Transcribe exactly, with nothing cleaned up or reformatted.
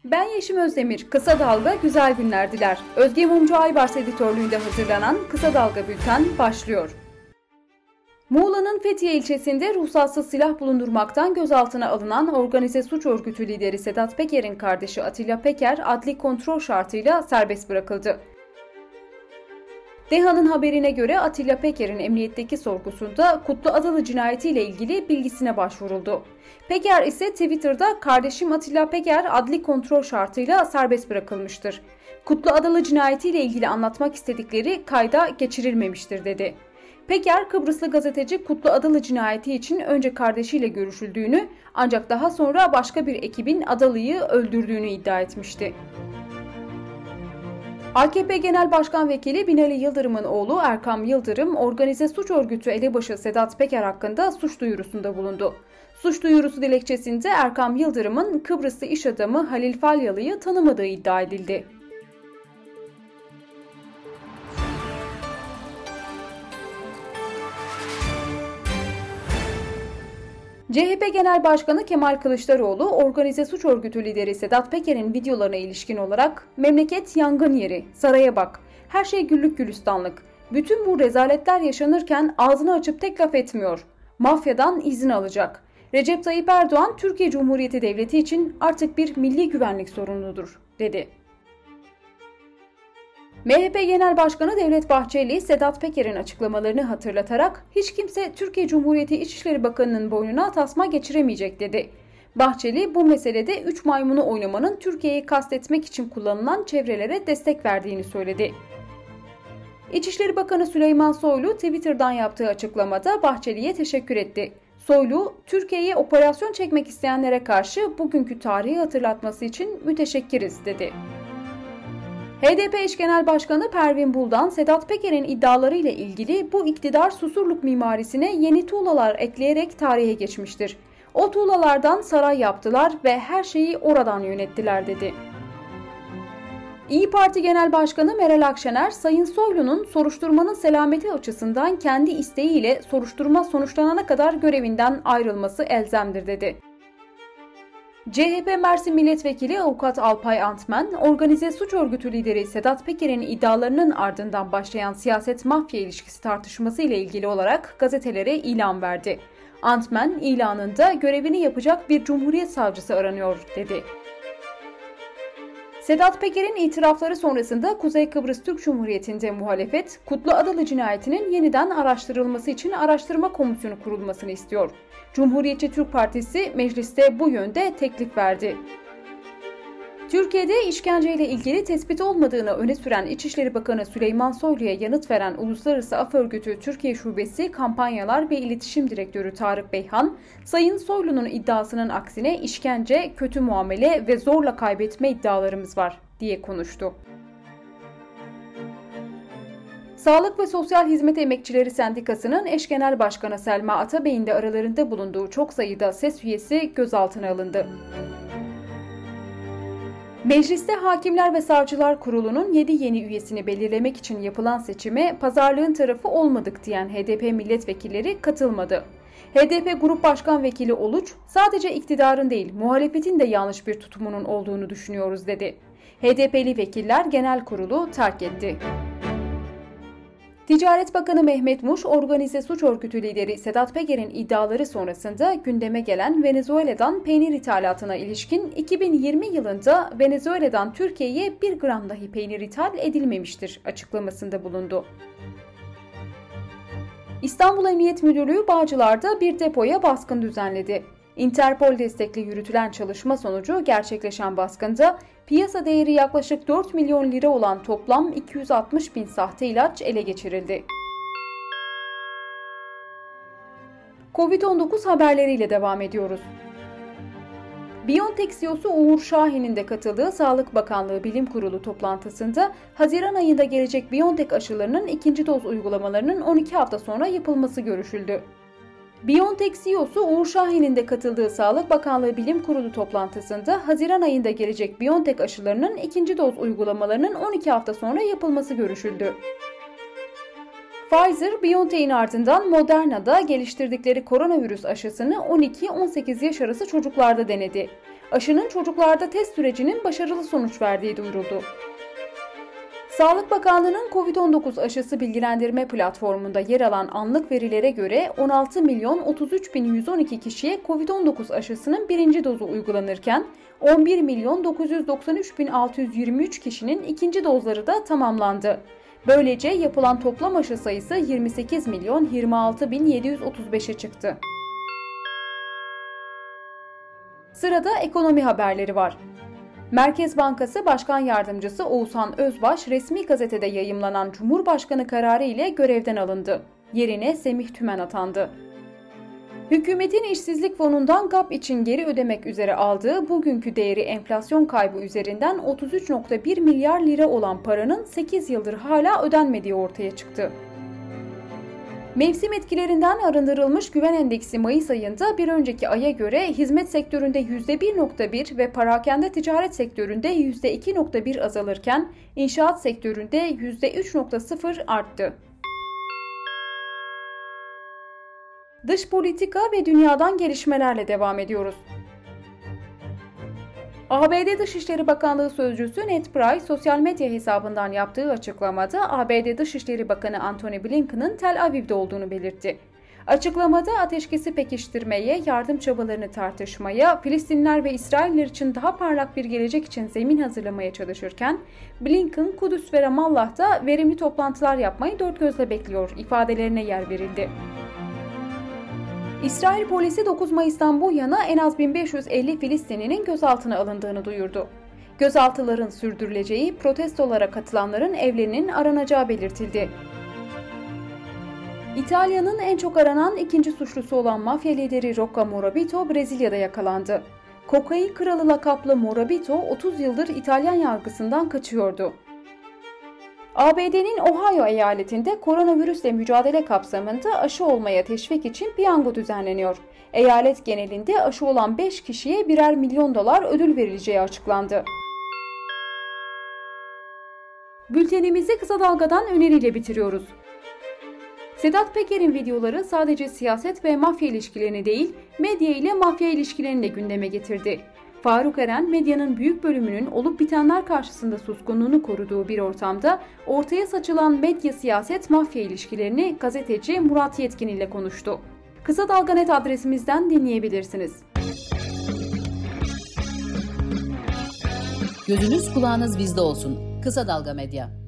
Ben Yeşim Özdemir, Kısa Dalga güzel günler diler. Özge Mumcu Aybars editörlüğünde hazırlanan Kısa Dalga Bülten başlıyor. Muğla'nın Fethiye ilçesinde ruhsatsız silah bulundurmaktan gözaltına alınan organize suç örgütü lideri Sedat Peker'in kardeşi Atilla Peker adli kontrol şartıyla serbest bırakıldı. DEHA'nın haberine göre Atilla Peker'in emniyetteki sorgusunda Kutlu Adalı cinayetiyle ilgili bilgisine başvuruldu. Peker ise Twitter'da "Kardeşim Atilla Peker adli kontrol şartıyla serbest bırakılmıştır. Kutlu Adalı cinayetiyle ilgili anlatmak istedikleri kayda geçirilmemiştir" dedi. Peker, Kıbrıslı gazeteci Kutlu Adalı cinayeti için önce kardeşiyle görüşüldüğünü ancak daha sonra başka bir ekibin Adalı'yı öldürdüğünü iddia etmişti. A K P Genel Başkan Vekili Binali Yıldırım'ın oğlu Erkam Yıldırım, organize suç örgütü elebaşı Sedat Peker hakkında suç duyurusunda bulundu. Suç duyurusu dilekçesinde Erkam Yıldırım'ın Kıbrıslı iş adamı Halil Falyalı'yı tanımadığı iddia edildi. C H P Genel Başkanı Kemal Kılıçdaroğlu, organize suç örgütü lideri Sedat Peker'in videolarına ilişkin olarak "Memleket yangın yeri, saraya bak, her şey güllük gülistanlık. Bütün bu rezaletler yaşanırken ağzını açıp tek laf etmiyor. Mafyadan izin alacak. Recep Tayyip Erdoğan, Türkiye Cumhuriyeti Devleti için artık bir milli güvenlik sorunudur" dedi. M H P Genel Başkanı Devlet Bahçeli, Sedat Peker'in açıklamalarını hatırlatarak "Hiç kimse Türkiye Cumhuriyeti İçişleri Bakanı'nın boynuna tasma geçiremeyecek" dedi. Bahçeli, bu meselede üç maymunu oynamanın Türkiye'yi kastetmek için kullanılan çevrelere destek verdiğini söyledi. İçişleri Bakanı Süleyman Soylu, Twitter'dan yaptığı açıklamada Bahçeli'ye teşekkür etti. Soylu, "Türkiye'ye operasyon çekmek isteyenlere karşı bugünkü tarihi hatırlatması için müteşekkiriz" dedi. H D P eş genel başkanı Pervin Buldan, Sedat Peker'in iddialarıyla ilgili "Bu iktidar Susurluk mimarisine yeni tuğlalar ekleyerek tarihe geçmiştir. O tuğlalardan saray yaptılar ve her şeyi oradan yönettiler" dedi. İYİ Parti Genel Başkanı Meral Akşener, Sayın Soylu'nun soruşturmanın selameti açısından kendi isteğiyle soruşturma sonuçlanana kadar görevinden ayrılması elzemdir dedi. C H P Mersin Milletvekili Avukat Alpay Antmen, organize suç örgütü lideri Sedat Peker'in iddialarının ardından başlayan siyaset-mafya ilişkisi tartışması ile ilgili olarak gazetelere ilan verdi. Antmen, ilanında "Görevini yapacak bir Cumhuriyet savcısı aranıyor" dedi. Sedat Peker'in itirafları sonrasında Kuzey Kıbrıs Türk Cumhuriyeti'nde muhalefet, Kutlu Adalı cinayetinin yeniden araştırılması için araştırma komisyonu kurulmasını istiyor. Cumhuriyetçi Türk Partisi mecliste bu yönde teklif verdi. Türkiye'de işkenceyle ilgili tespit olmadığını öne süren İçişleri Bakanı Süleyman Soylu'ya yanıt veren Uluslararası Af Örgütü Türkiye Şubesi Kampanyalar ve İletişim Direktörü Tarık Beyhan, Sayın Soylu'nun iddiasının aksine işkence, kötü muamele ve zorla kaybetme iddialarımız var diye konuştu. Sağlık ve Sosyal Hizmet Emekçileri Sendikası'nın eş genel başkanı Selma Atabey'in de aralarında bulunduğu çok sayıda SES üyesi gözaltına alındı. Mecliste Hakimler ve Savcılar Kurulu'nun yedi yeni üyesini belirlemek için yapılan seçime pazarlığın tarafı olmadık diyen H D P milletvekilleri katılmadı. H D P Grup Başkan Vekili Oluç, "Sadece iktidarın değil, muhalefetin de yanlış bir tutumunun olduğunu düşünüyoruz" dedi. H D P'li vekiller genel kurulu terk etti. Ticaret Bakanı Mehmet Muş, organize suç örgütü lideri Sedat Peker'in iddiaları sonrasında gündeme gelen Venezuela'dan peynir ithalatına ilişkin iki bin yirmi yılında Venezuela'dan Türkiye'ye bir gram dahi peynir ithal edilmemiştir açıklamasında bulundu. İstanbul Emniyet Müdürlüğü Bağcılar'da bir depoya baskın düzenledi. Interpol destekli yürütülen çalışma sonucu gerçekleşen baskında piyasa değeri yaklaşık dört milyon lira olan toplam iki yüz altmış bin sahte ilaç ele geçirildi. Covid on dokuz haberleriyle devam ediyoruz. BioNTech C E O'su Uğur Şahin'in de katıldığı Sağlık Bakanlığı Bilim Kurulu toplantısında Haziran ayında gelecek BioNTech aşılarının ikinci doz uygulamalarının on iki hafta sonra yapılması görüşüldü. BioNTech C E O'su Uğur Şahin'in de katıldığı Sağlık Bakanlığı Bilim Kurulu toplantısında Haziran ayında gelecek BioNTech aşılarının ikinci doz uygulamalarının on iki hafta sonra yapılması görüşüldü. Pfizer, BioNTech'in ardından Moderna'da geliştirdikleri koronavirüs aşısını on iki on sekiz yaş arası çocuklarda denedi. Aşının çocuklarda test sürecinin başarılı sonuç verdiği duyuruldu. Sağlık Bakanlığı'nın kovid on dokuz aşısı bilgilendirme platformunda yer alan anlık verilere göre on altı milyon otuz üç bin yüz on iki kişiye kovid on dokuz aşısının birinci dozu uygulanırken on bir milyon dokuz yüz doksan üç bin altı yüz yirmi üç kişinin ikinci dozları da tamamlandı. Böylece yapılan toplam aşı sayısı yirmi sekiz milyon yirmi altı bin yedi yüz otuz beşe çıktı. Sırada ekonomi haberleri var. Merkez Bankası Başkan Yardımcısı Oğuzhan Özbaş resmi gazetede yayımlanan Cumhurbaşkanı kararı ile görevden alındı. Yerine Semih Tümen atandı. Hükümetin işsizlik fonundan G A P için geri ödemek üzere aldığı bugünkü değeri enflasyon kaybı üzerinden otuz üç virgül bir milyar lira olan paranın sekiz yıldır hala ödenmediği ortaya çıktı. Mevsim etkilerinden arındırılmış güven endeksi Mayıs ayında bir önceki aya göre hizmet sektöründe yüzde bir virgül bir ve perakende ticaret sektöründe yüzde iki virgül bir azalırken inşaat sektöründe yüzde üç virgül sıfır arttı. Dış politika ve dünyadan gelişmelerle devam ediyoruz. A B D Dışişleri Bakanlığı Sözcüsü Ned Price sosyal medya hesabından yaptığı açıklamada A B D Dışişleri Bakanı Antony Blinken'ın Tel Aviv'de olduğunu belirtti. Açıklamada ateşkesi pekiştirmeye, yardım çabalarını tartışmaya, Filistinliler ve İsrailler için daha parlak bir gelecek için zemin hazırlamaya çalışırken, Blinken, Kudüs ve Ramallah'ta verimli toplantılar yapmayı dört gözle bekliyor ifadelerine yer verildi. İsrail polisi dokuz Mayıs'tan bu yana en az bin beş yüz elli Filistinlinin gözaltına alındığını duyurdu. Gözaltıların sürdürüleceği, protestolara katılanların evlerinin aranacağı belirtildi. İtalya'nın en çok aranan ikinci suçlusu olan mafya lideri Rocco Morabito Brezilya'da yakalandı. Kokain kralı lakaplı Morabito otuz yıldır İtalyan yargısından kaçıyordu. A B D'nin Ohio eyaletinde koronavirüsle mücadele kapsamında aşı olmaya teşvik için piyango düzenleniyor. Eyalet genelinde aşı olan beş kişiye birer milyon dolar ödül verileceği açıklandı. Bültenimizi kısa dalgadan öneriyle bitiriyoruz. Sedat Peker'in videoları sadece siyaset ve mafya ilişkilerini değil, medya ile mafya ilişkilerini de gündeme getirdi. Faruk Eren, medyanın büyük bölümünün olup bitenler karşısında suskunluğunu koruduğu bir ortamda ortaya saçılan medya-siyaset-mafya ilişkilerini gazeteci Murat Yetkin ile konuştu. Kısa Dalga Net adresimizden dinleyebilirsiniz. Gözünüz kulağınız bizde olsun. Kısa Dalga Medya.